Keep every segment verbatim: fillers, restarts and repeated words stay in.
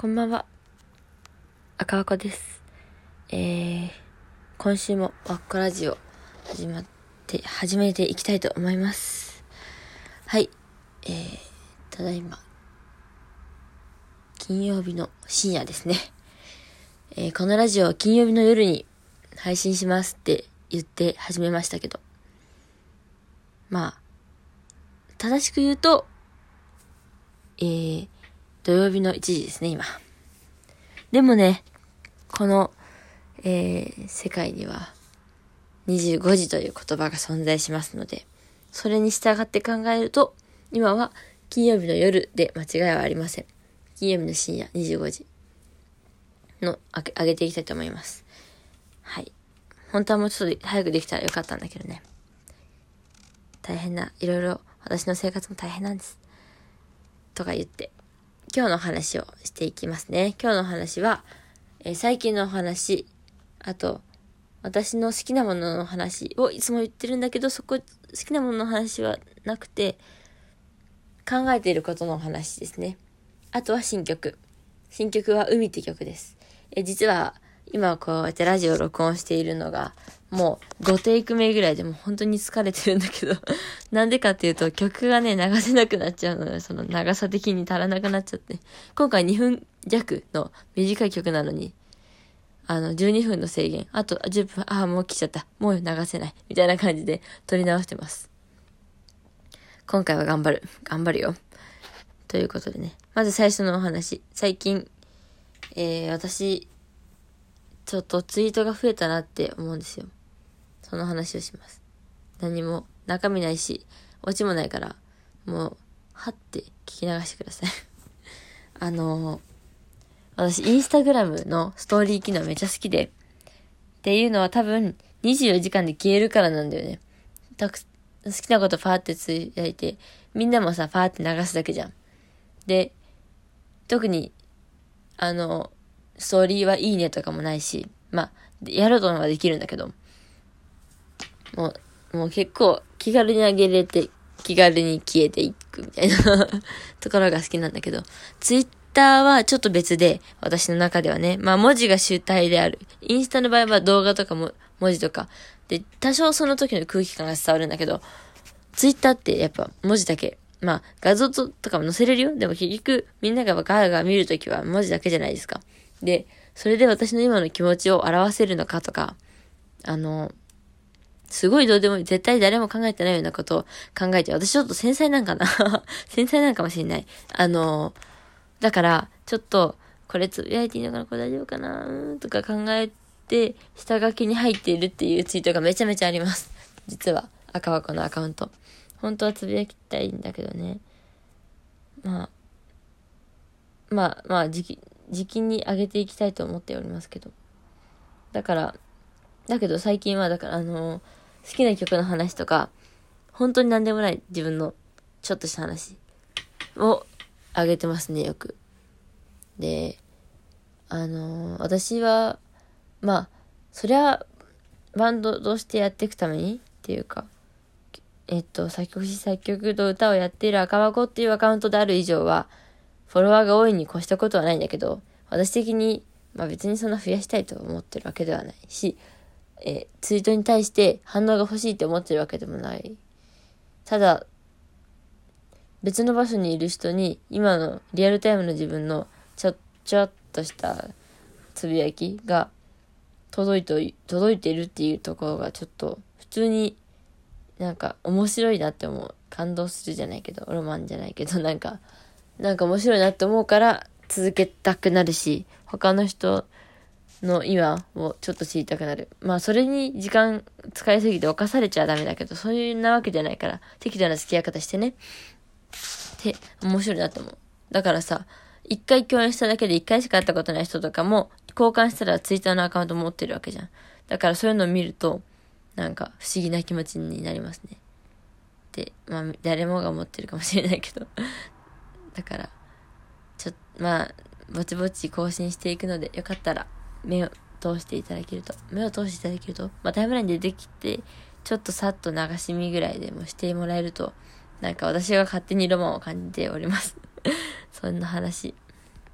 こんばんは、赤わこです。えー、今週もわっこラジオ始まって始めていきたいと思います。はい、えー、ただいま金曜日の深夜ですね。えー、このラジオは金曜日の夜に配信しますって言って始めましたけど、まあ正しく言うと、えー、土曜日のいちじですね今。でもね、この、えー、世界にはにじゅうごじという言葉が存在しますので、それに従って考えると、今は金曜日の夜で間違いはありません。金曜日の深夜にじゅうごじのあげ、上げていきたいと思います。はい。本当はもうちょっと早くできたらよかったんだけどね。大変な、いろいろ私の生活も大変なんです。とか言って、今日の話をしていきますね。今日の話は、えー、最近のお話、あと、私の好きなものの話をいつも言ってるんだけど、そこ、好きなものの話はなくて、考えていることの話ですね。あとは新曲。新曲は海って曲です。え、実は、今こうやってラジオを録音しているのが、もうごテイク目ぐらいでもう本当に疲れてるんだけど、なんでかっていうと曲がね、流せなくなっちゃうので、その長さ的に足らなくなっちゃって。今回にふん弱の短い曲なのに、あの、じゅうにふんの制限。あとじゅっぷん、ああ、もう来ちゃった。もう流せない。みたいな感じで撮り直してます。今回は頑張る。頑張るよ。ということでね。まず最初のお話。最近、えー、私、ちょっとツイートが増えたなって思うんですよ。その話をします。何も中身ないし、オチもないから、もう、はって聞き流してください。あのー、私、インスタグラムのストーリー機能めっちゃ好きで、っていうのは多分にじゅうよじかんで消えるからなんだよね。たく好きなことファーってつぶやいて、みんなもさ、ファーって流すだけじゃん。で、特に、あの、ストーリーはいいねとかもないし、まあ、やろうと思えばできるんだけど、もう、もう結構気軽にあげれて、気軽に消えていくみたいなところが好きなんだけど、ツイッターはちょっと別で、私の中ではね、まあ文字が主体である。インスタの場合は動画とかも文字とか、で、多少その時の空気感が伝わるんだけど、ツイッターってやっぱ文字だけ、まあ画像とかも載せれるよ。でも結局みんながガーガー見るときは文字だけじゃないですか。で、それで私の今の気持ちを表せるのかとか、あの、すごいどうでもいい。絶対誰も考えてないようなことを考えて、私ちょっと繊細なんかな繊細なんかもしれない。あの、だから、ちょっと、これつぶやいていいのかなこれ大丈夫かなーとか考えて、下書きに入っているっていうツイートがめちゃめちゃあります。実は、赤箱のアカウント。本当はつぶやきたいんだけどね。まあ、まあ、まあ、時期、時期に上げていきたいと思っておりますけど。だから、だけど最近は、だからあのー、好きな曲の話とか、本当に何でもない自分のちょっとした話をあげてますね、よく。で、あのー、私は、まあ、そりゃ、バンドとしてやっていくためにっていうか、えっと、作曲し作曲と歌をやっている赤箱っていうアカウントである以上は、フォロワーが多いに越したことはないんだけど、私的に、まあ別にそんな増やしたいと思ってるわけではないし、えー、ツイートに対して反応が欲しいって思ってるわけでもない。ただ、別の場所にいる人に今のリアルタイムの自分のちょ、ちょっとしたつぶやきが届いて、届いているっていうところがちょっと普通になんか面白いなって思う。感動するじゃないけど、ロマンじゃないけど、なんか、なんか面白いなって思うから続けたくなるし、他の人の今をちょっと知りたくなる。まあそれに時間使いすぎて犯されちゃダメだけど、そういうなわけじゃないから、適度な付き合い方してね。って面白いなと思う。だからさ、一回共演しただけで一回しか会ったことない人とかも、交換したらツイッターのアカウント持ってるわけじゃん。だからそういうのを見ると、なんか不思議な気持ちになりますね。で、まあ誰もが思ってるかもしれないけど。だから、ちょっと、まあ、ぼちぼち更新していくので、よかったら、目を通していただけると、目を通していただけると、まあタイムラインで出てきて、ちょっとさっと流し見ぐらいでもしてもらえると、なんか私が勝手にロマンを感じております。そんな話。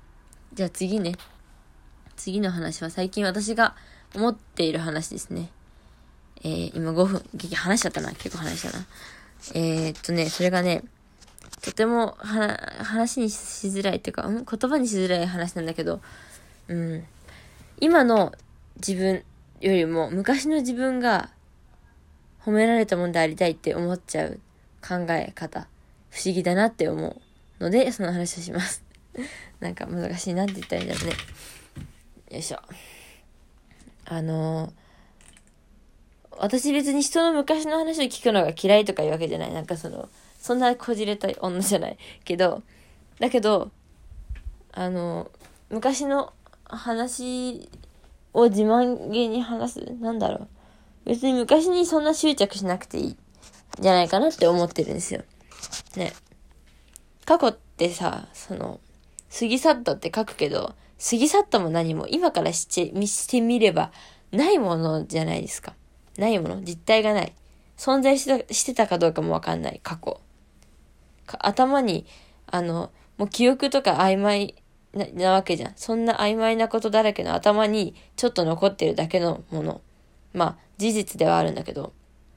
じゃあ次ね。次の話は最近私が思っている話ですね。えー、今ごふん、話しちゃったな。結構話したな。えー、っとね、それがね、とてもは話にしづらいっていうか、ん言葉にしづらい話なんだけど、うん。今の自分よりも昔の自分が褒められたもんでありたいって思っちゃう考え方、不思議だなって思うので、その話をします。なんか難しいなって言ったらいいんだろうね。よいしょ。あのー、私別に人の昔の話を聞くのが嫌いとかいうわけじゃない。なんかその、そんなこじれた女じゃないけど、だけど、あの、昔の話を自慢げに話す。なんだろう。別に昔にそんな執着しなくていいんじゃないかなって思ってるんですよ。ね。過去ってさ、その、過ぎ去ったって書くけど、過ぎ去ったも何も今からして、してみればないものじゃないですか。ないもの、実体がない。存在してた、してたかどうかもわかんない、過去。頭に、あの、もう記憶とか曖昧な、なわけじゃん。そんな曖昧なことだらけの頭にちょっと残ってるだけのもの。まあ、事実ではあるんだけど、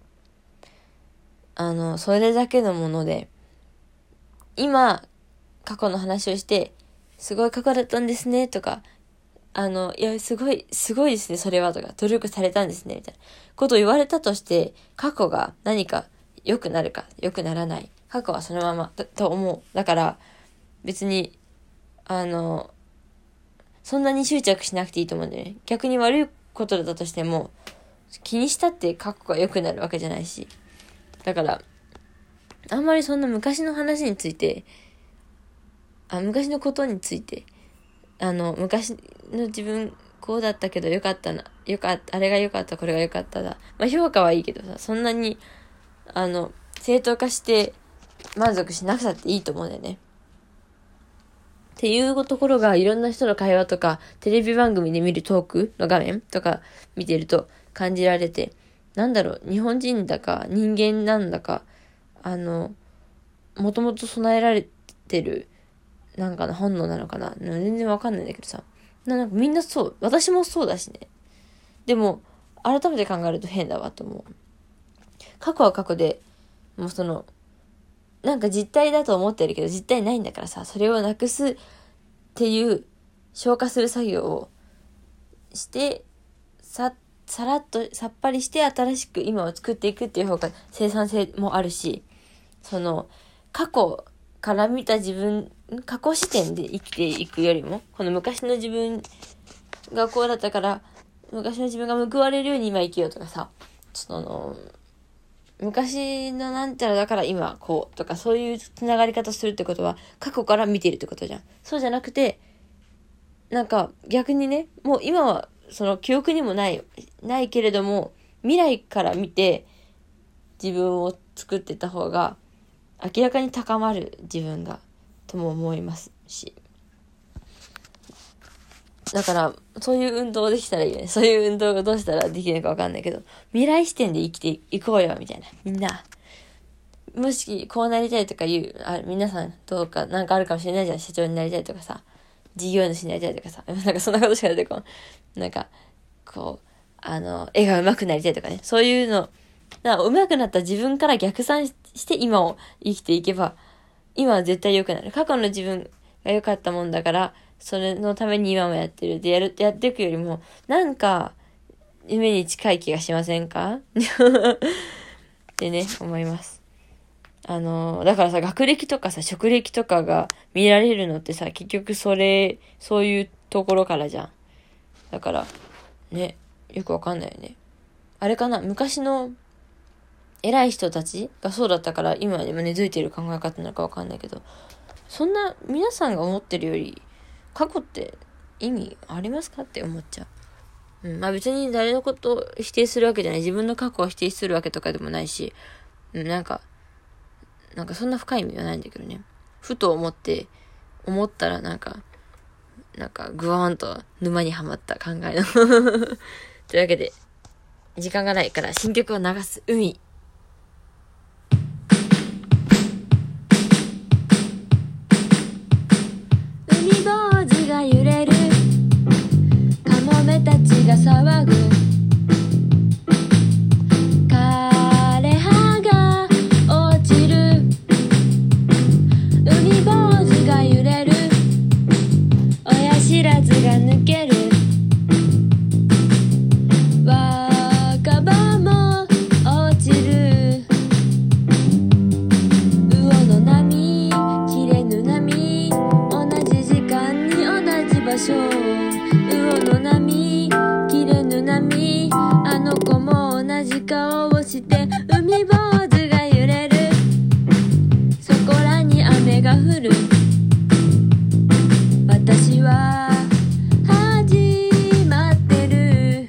あの、それだけのもので、今、過去の話をして、すごい過去だったんですね、とか、あの、いや、すごい、すごいですね、それは、とか、努力されたんですね、みたいなことを言われたとして、過去が何か良くなるか、良くならない。過去はそのままだと思う。だから、別に、あの、そんなに執着しなくていいと思うんだよね。逆に悪いことだったとしても、気にしたって過去が良くなるわけじゃないし。だから、あんまりそんな昔の話について、あ、昔のことについて、あの、昔の自分、こうだったけどよかったな、よかった、あれがよかった、これがよかっただ。まあ評価はいいけどさ、そんなに、あの、正当化して満足しなくたっていいと思うんだよね。っていうところがいろんな人の会話とか、テレビ番組で見るトークの画面とか見てると感じられて、なんだろう、日本人だか人間なんだか、あの、もともと備えられてる、なんかな、本能なのかな。全然わかんないんだけどさ。なんかみんなそう。私もそうだしね。でも、改めて考えると変だわと思う。過去は過去で、もうその、なんか実体だと思ってるけど実体ないんだからさ、それをなくすっていう消化する作業をして、さ、さらっとさっぱりして新しく今を作っていくっていう方が生産性もあるし、その、過去から見た自分、過去視点で生きていくよりも、この昔の自分がこうだったから、昔の自分が報われるように今生きようとかさ、その、昔のなんちゃらだから今こうとかそういうつながり方するってことは過去から見てるってことじゃん。そうじゃなくて、なんか逆にね、もう今はその記憶にもない、ないけれども、未来から見て自分を作ってた方が明らかに高まる自分がとも思いますし。だから、そういう運動できたらいいよね。そういう運動がどうしたらできるのかわかんないけど、未来視点で生きていこうよ、みたいな。みんな。もし、こうなりたいとか言う、あ、皆さんどうか、なんかあるかもしれないじゃん。社長になりたいとかさ、事業主になりたいとかさ、なんかそんなことしか出てこん。なんか、こう、あの、絵が上手くなりたいとかね。そういうの、なんか上手くなった自分から逆算して今を生きていけば、今は絶対良くなる。過去の自分が良かったもんだから、それのために今もやってる。で、やる、やっていくよりも、なんか、夢に近い気がしませんかってね、思います。あの、だからさ、学歴とかさ、職歴とかが見られるのってさ、結局それ、そういうところからじゃん。だから、ね、よくわかんないよね。あれかな、昔の偉い人たちがそうだったから、今でも根付いてる考え方なのかわかんないけど、そんな皆さんが思ってるより、過去って意味ありますかって思っちゃう。うん、まあ別に誰のことを否定するわけじゃない。自分の過去を否定するわけとかでもないし、うん、なんか、なんかそんな深い意味はないんだけどね。ふと思って、思ったらなんか、なんかグワーンと沼にはまった考えの。というわけで、時間がないから新曲を流す海。海坊主が揺れしょう。魚の波、切れぬ波、あの子も同じ顔をして海坊主が揺れる。そこらに雨が降る。私は始まってる。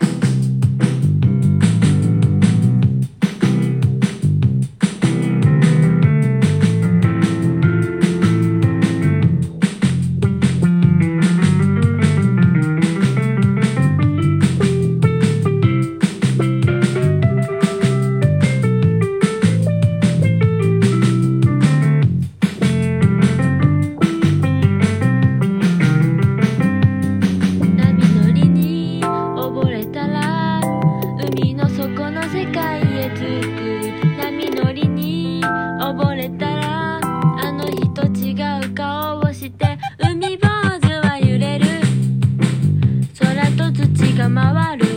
溺れたらあの日と違う顔をして海坊主は揺れる。空と土が回る。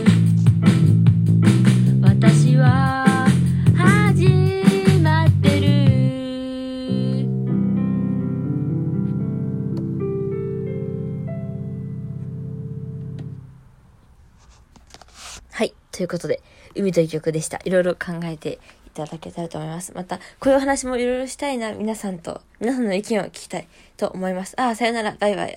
私は始まってる。はい、ということで海という曲でした。いろいろ考えていただけたらと思います。またこういうお話もいろいろしたいな、皆さんと皆さんの意見を聞きたいと思います。ああ、さよなら、バイバイ。